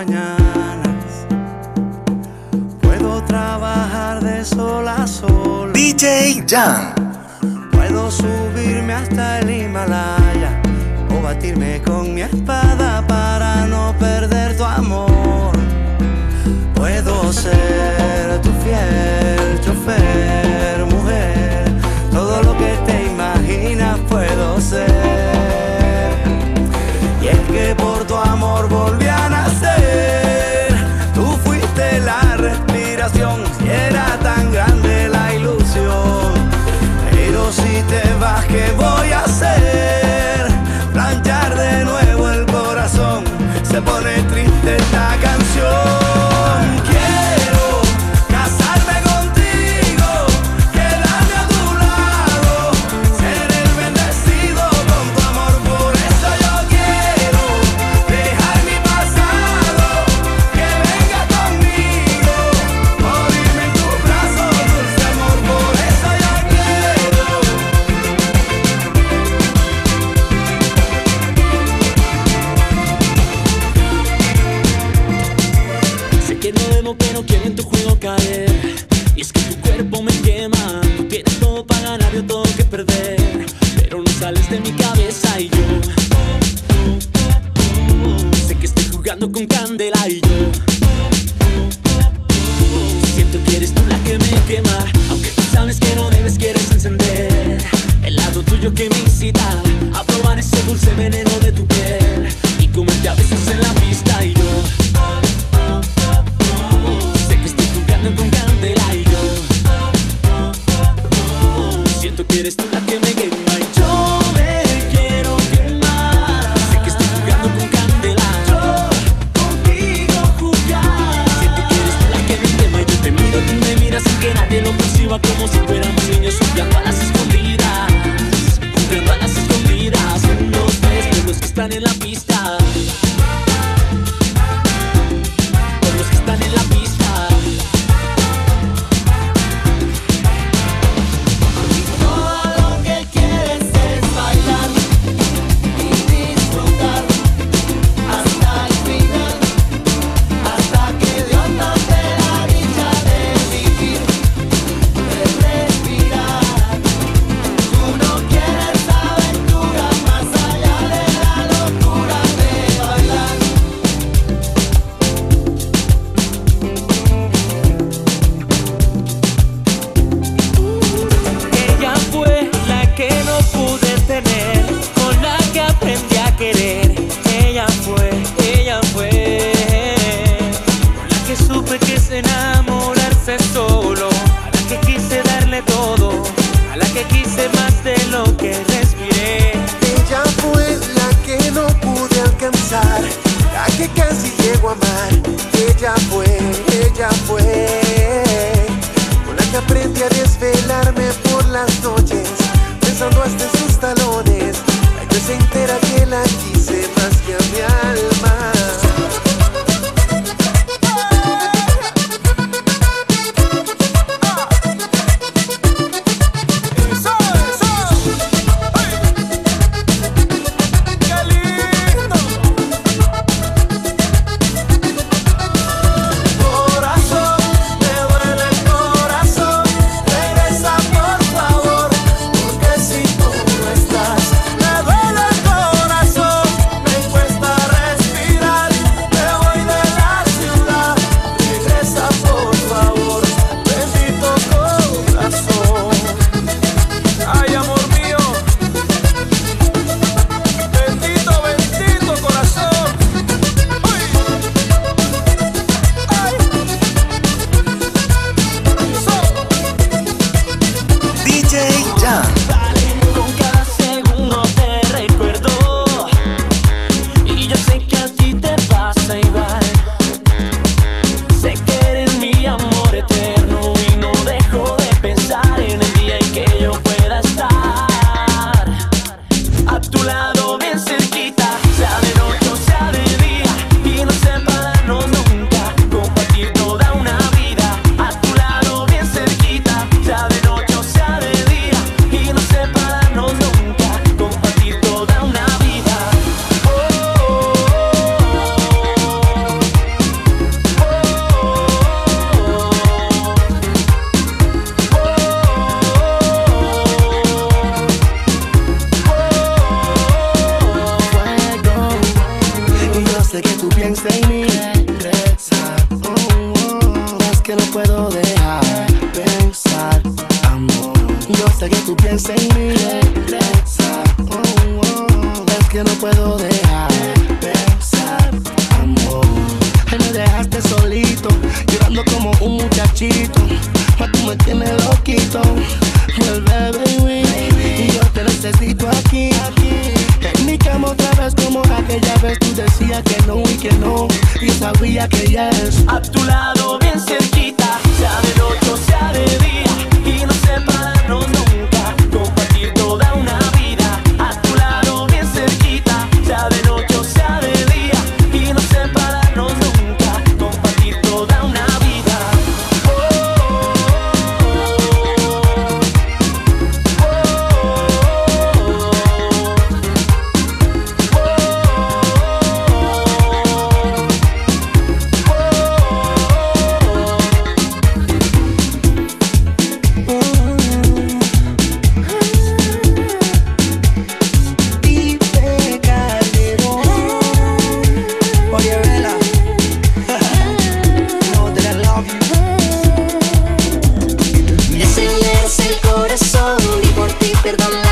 mañanas. Puedo trabajar de sol a sol. DJ Jan. Puedo subirme hasta el Himalaya o batirme con mi espada para no perder tu amor. Puedo ser tu fiel chofer, mujer. Todo lo que te imaginas puedo ser. Y es que por tu amor volví a nacer. Tú fuiste la respiración y era tan grande la ilusión. Pero si te vas, ¿qué voy a hacer? Planchar de nuevo el corazón. Se pone triste esta canción. Quiero casarme contigo, quedarme a tu lado, ser el bendecido con tu amor. Por eso yo quiero dejar mi pasado, que venga conmigo, morirme en tus brazos, dulce amor. Por eso yo quiero. Sé que no debo, pero quiero en tu juego caer. Y es que tu cuerpo me quema. Tú tienes todo para ganar, yo todo que perder. Pero no sales de mi cabeza y yo sé que estoy jugando con candela y yo siento que eres tú la que me quema. Aunque tú sabes que no debes, quieres encender el lado tuyo que me incita a probar ese dulce veneno de tu piel y comerte a besos en la pista y yo sé que estoy jugando con candela y yo siento que eres tú la que me quema y yo me quiero quemar. Sé que estoy jugando con candela, yo contigo jugar. Siento que eres tú la que me quema y yo te miro, tú me miras sin que nadie lo perciba, como si fuéramos niños jugando a las escondidas. Jugando a las escondidas, 1, 2, 3, por los que están en la pista. Por los que están en la pista. Todo lo que quieres es bailar y disfrutar hasta el final, hasta que Dios nos dé la dicha de vivir, de respirar. Tú no quieres aventura más allá de la locura de bailar. Ella fue la que no pude tener, con la que aprendí a querer. Ella fue con la que supe que es enamorarse solo, a la que quise darle todo, a la que quise más de lo que respiré. Ella fue la que no pude alcanzar, la que casi llego a amar. Ella fue con la que aprendí a desvelarme por las noches, pensando hasta en sus talones. La que se entera que la quise más que a mi alma. Corazón, me duele el corazón, regresa por favor, porque si tú no estás, me duele el corazón, me cuesta respirar, me voy de la ciudad, regresa por favor, bendito corazón. Ay, amor mío, bendito, bendito corazón. Uy. Ay. DJ Jan. Con cada segundo te recuerdo y yo sé que a ti te pasa igual. Sé que eres mi amor eterno y no dejo de pensar en el día en que yo pueda estar a tu lado bien cerquita, sea de noche o sea de día, y no separarnos nunca, compartir toda una vida a tu lado bien cerquita, sea de noche o sea de día, y no hace que tú pienses en mí. Regresa, es que no puedo dejar de pensar, amor. Ay, me dejaste solito, llorando como un muchachito. Mas tú me tienes loquito. Vuelve, baby, y yo te necesito aquí. En mi cama otra vez como aquella vez. Tú decías que no y que no, y sabía que yes. A tu lado bien cerquita, sea de noche o sea de día, y no separarnos nunca, compartir toda una vida. A tu lado bien cerquita, sea de noche o sea de día, y no separarnos nunca, compartir toda una vida. Perdón.